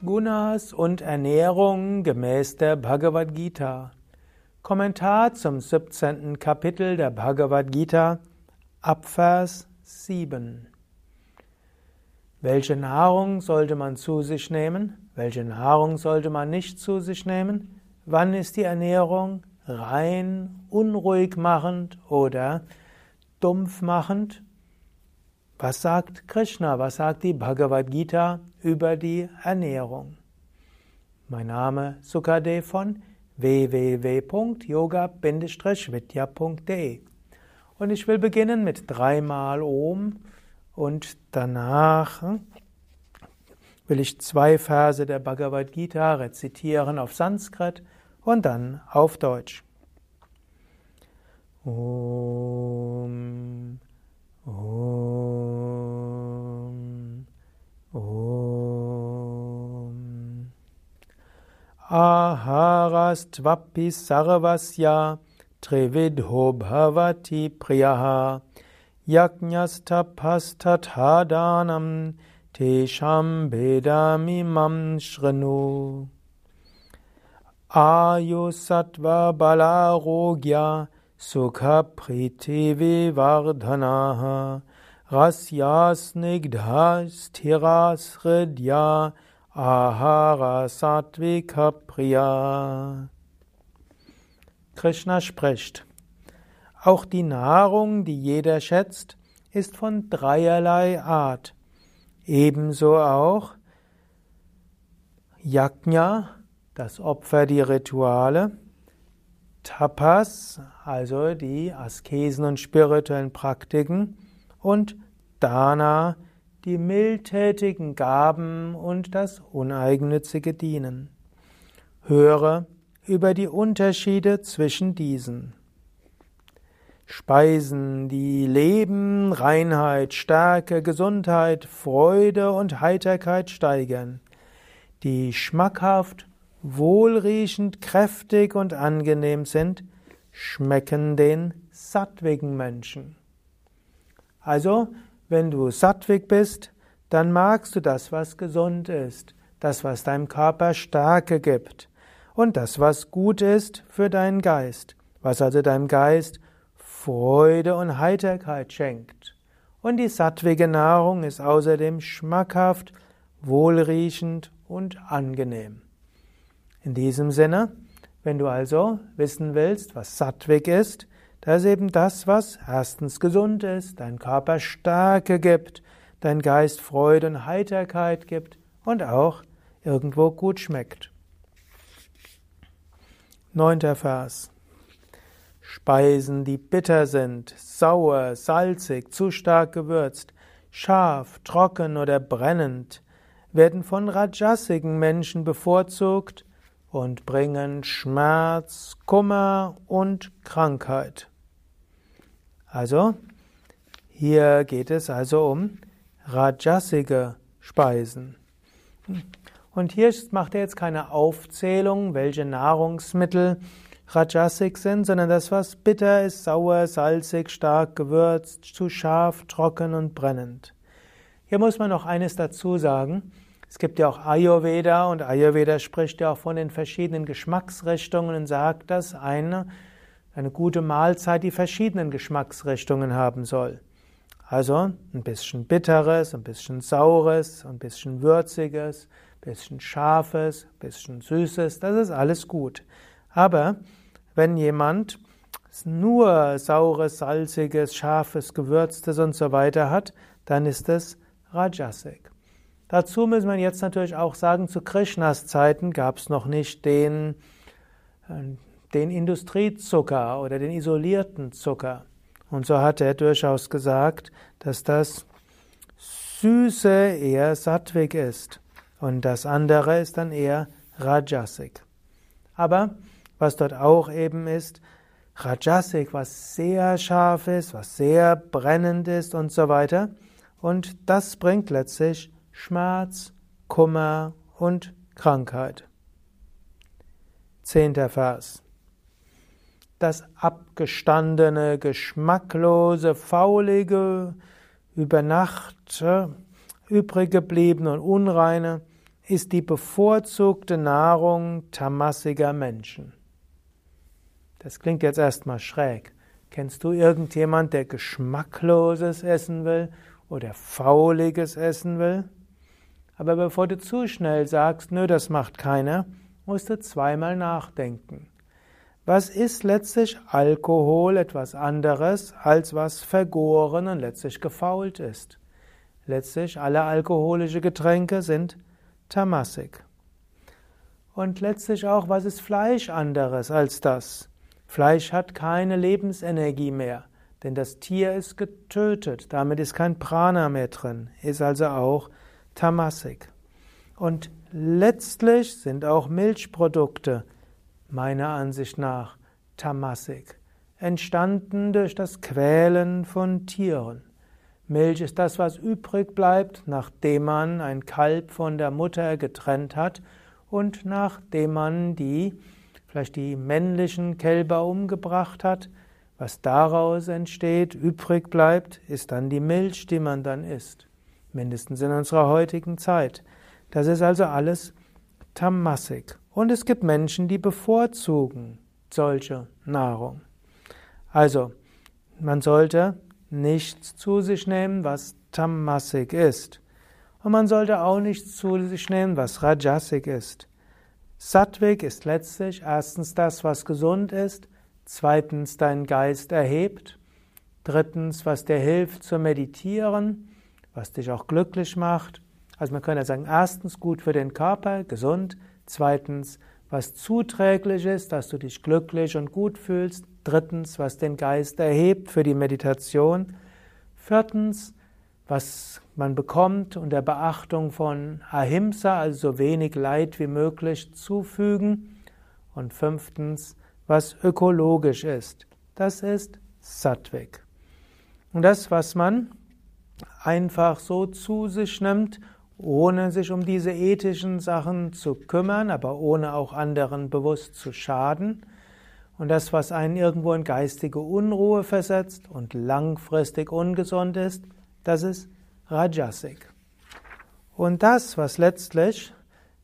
Gunas und Ernährung gemäß der Bhagavad Gita. Kommentar zum 17. Kapitel der Bhagavad Gita, Abvers 7. Welche Nahrung sollte man zu sich nehmen? Welche Nahrung sollte man nicht zu sich nehmen? Wann ist die Ernährung rein, unruhig machend oder dumpf machend? Was sagt Krishna? Was sagt die Bhagavad Gita über die Ernährung? Mein Name ist Sukadev von www.yoga-vidya.de und ich will beginnen mit 3-mal Om und danach will ich 2 Verse der Bhagavad Gita rezitieren auf Sanskrit und dann auf Deutsch. Om Om Om Aharastvapi sarvasya trividho bhavati priyaha yajnastapastathadanam tesham bedamimam shrinu ayusattva balarogya Sukha priti vivardhanaha rasya snigdha sthiras hridya ahara sattvika priya. Krishna spricht: Auch die Nahrung, die jeder schätzt, ist von dreierlei Art. Ebenso auch Yajna, das Opfer, die Rituale, Tapas, also die Askesen und spirituellen Praktiken, und Dana, die mildtätigen Gaben und das uneigennützige Dienen. Höre über die Unterschiede zwischen diesen. Speisen, die Leben, Reinheit, Stärke, Gesundheit, Freude und Heiterkeit steigern, die schmackhaft, wohlriechend, kräftig und angenehm sind, schmecken den sattwigen Menschen. Also, wenn du sattwig bist, dann magst du das, was gesund ist, das, was deinem Körper Stärke gibt und das, was gut ist für deinen Geist, was also deinem Geist Freude und Heiterkeit schenkt. Und die sattwige Nahrung ist außerdem schmackhaft, wohlriechend und angenehm. In diesem Sinne, wenn du also wissen willst, was Sattvik ist, das ist eben das, was erstens gesund ist, dein Körper Stärke gibt, dein Geist Freude und Heiterkeit gibt und auch irgendwo gut schmeckt. 9. Vers. Speisen, die bitter sind, sauer, salzig, zu stark gewürzt, scharf, trocken oder brennend, werden von rajasigen Menschen bevorzugt und bringen Schmerz, Kummer und Krankheit. Also, hier geht es also um rajasige Speisen. Und hier macht er jetzt keine Aufzählung, welche Nahrungsmittel rajasig sind, sondern das, was bitter ist, sauer, salzig, stark gewürzt, zu scharf, trocken und brennend. Hier muss man noch eines dazu sagen. Es gibt ja auch Ayurveda und Ayurveda spricht ja auch von den verschiedenen Geschmacksrichtungen und sagt, dass eine gute Mahlzeit die verschiedenen Geschmacksrichtungen haben soll. Also ein bisschen Bitteres, ein bisschen Saures, ein bisschen Würziges, ein bisschen Scharfes, ein bisschen Süßes, das ist alles gut. Aber wenn jemand nur Saures, Salziges, Scharfes, Gewürztes und so weiter hat, dann ist es Rajasik. Dazu muss man jetzt natürlich auch sagen, zu Krishnas Zeiten gab es noch nicht den Industriezucker oder den isolierten Zucker. Und so hat er durchaus gesagt, dass das Süße eher Sattvik ist und das andere ist dann eher Rajasik. Aber was dort auch eben ist, Rajasik, was sehr scharf ist, was sehr brennend ist und so weiter. Und das bringt letztlich Schmerz, Kummer und Krankheit. 10. Vers. Das abgestandene, geschmacklose, faulige, über Nacht übrig gebliebene und unreine, ist die bevorzugte Nahrung tamassiger Menschen. Das klingt jetzt erstmal schräg. Kennst du irgendjemand, der geschmackloses essen will oder fauliges essen will? Aber bevor du zu schnell sagst, nö, das macht keiner, musst du zweimal nachdenken. Was ist letztlich Alkohol etwas anderes, als was vergoren und letztlich gefault ist? Letztlich alle alkoholische Getränke sind tamassig. Und letztlich auch, was ist Fleisch anderes als das? Fleisch hat keine Lebensenergie mehr, denn das Tier ist getötet, damit ist kein Prana mehr drin, ist also auch tamassig. Und letztlich sind auch Milchprodukte meiner Ansicht nach tamassig, entstanden durch das Quälen von Tieren. Milch ist das, was übrig bleibt, nachdem man ein Kalb von der Mutter getrennt hat und nachdem man vielleicht die männlichen Kälber umgebracht hat. Was daraus entsteht, übrig bleibt, ist dann die Milch, die man dann isst. Mindestens in unserer heutigen Zeit. Das ist also alles tamassig. Und es gibt Menschen, die bevorzugen solche Nahrung. Also, man sollte nichts zu sich nehmen, was tamassig ist. Und man sollte auch nichts zu sich nehmen, was rajasig ist. Sattvik ist letztlich erstens das, was gesund ist, zweitens deinen Geist erhebt, drittens, was dir hilft zu meditieren, was dich auch glücklich macht. Also man könnte ja sagen, erstens gut für den Körper, gesund, zweitens, was zuträglich ist, dass du dich glücklich und gut fühlst, drittens, was den Geist erhebt für die Meditation, viertens, was man bekommt unter Beachtung von Ahimsa, also so wenig Leid wie möglich zufügen, und fünftens, was ökologisch ist. Das ist Sattvik. Und das, was man einfach so zu sich nimmt, ohne sich um diese ethischen Sachen zu kümmern, aber ohne auch anderen bewusst zu schaden. Und das, was einen irgendwo in geistige Unruhe versetzt und langfristig ungesund ist, das ist Rajasik. Und das, was letztlich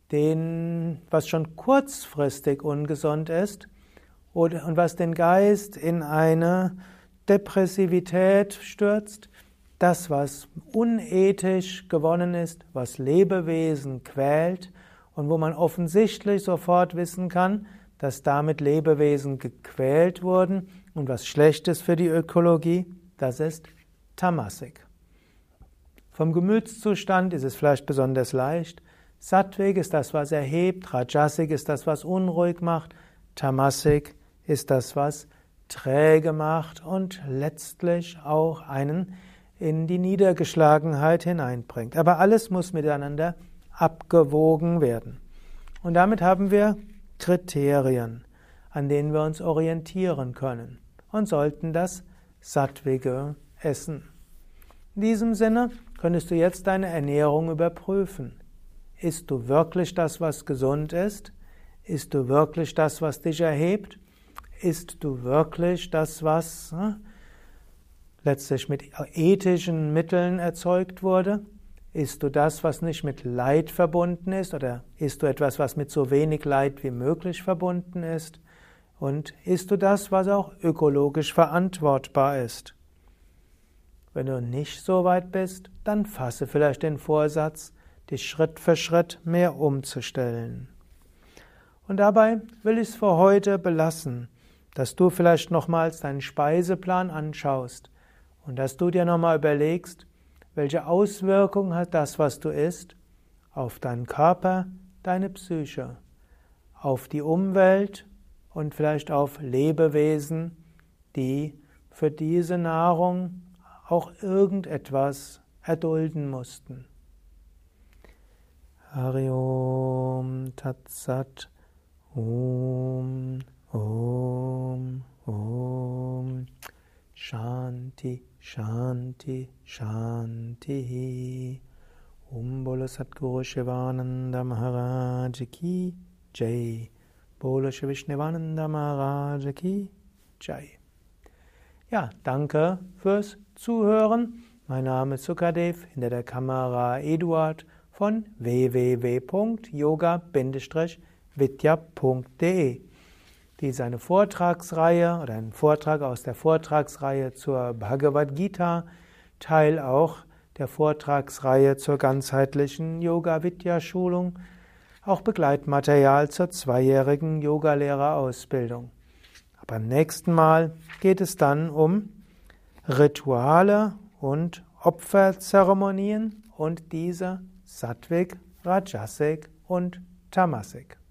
was schon kurzfristig ungesund ist und was den Geist in eine Depressivität stürzt, das, was unethisch gewonnen ist, was Lebewesen quält und wo man offensichtlich sofort wissen kann, dass damit Lebewesen gequält wurden und was schlecht ist für die Ökologie, das ist tamassig. Vom Gemütszustand ist es vielleicht besonders leicht. Sattvik ist das, was erhebt, Rajasik ist das, was unruhig macht, Tamassik ist das, was träge macht und letztlich auch einen in die Niedergeschlagenheit hineinbringt. Aber alles muss miteinander abgewogen werden. Und damit haben wir Kriterien, an denen wir uns orientieren können und sollten das Sattvige essen. In diesem Sinne könntest du jetzt deine Ernährung überprüfen. Isst du wirklich das, was gesund ist? Isst du wirklich das, was dich erhebt? Isst du wirklich das, was letztlich mit ethischen Mitteln erzeugt wurde? Isst du das, was nicht mit Leid verbunden ist? Oder isst du etwas, was mit so wenig Leid wie möglich verbunden ist? Und isst du das, was auch ökologisch verantwortbar ist? Wenn du nicht so weit bist, dann fasse vielleicht den Vorsatz, dich Schritt für Schritt mehr umzustellen. Und dabei will ich es für heute belassen, dass du vielleicht nochmals deinen Speiseplan anschaust und dass du dir nochmal überlegst, welche Auswirkungen hat das, was du isst, auf deinen Körper, deine Psyche, auf die Umwelt und vielleicht auf Lebewesen, die für diese Nahrung auch irgendetwas erdulden mussten. Hari Om Tat Sat Om Om Om Shanti Shanti Shanti Bolo Satguru Shivananda Maharaj Ki Jai. Bolo Shri Vishnevananda Maharaj Ki Jai. Ja, danke fürs Zuhören. Mein Name ist Sukadev, hinter der Kamera Eduard. von www.yoga-vidya.de. Dies ist eine Vortragsreihe oder ein Vortrag aus der Vortragsreihe zur Bhagavad Gita, Teil auch der Vortragsreihe zur ganzheitlichen Yoga-Vidya-Schulung, auch Begleitmaterial zur zweijährigen Yogalehrerausbildung. Beim nächsten Mal geht es dann um Rituale und Opferzeremonien und diese Sattvik, Rajasik und Tamasik.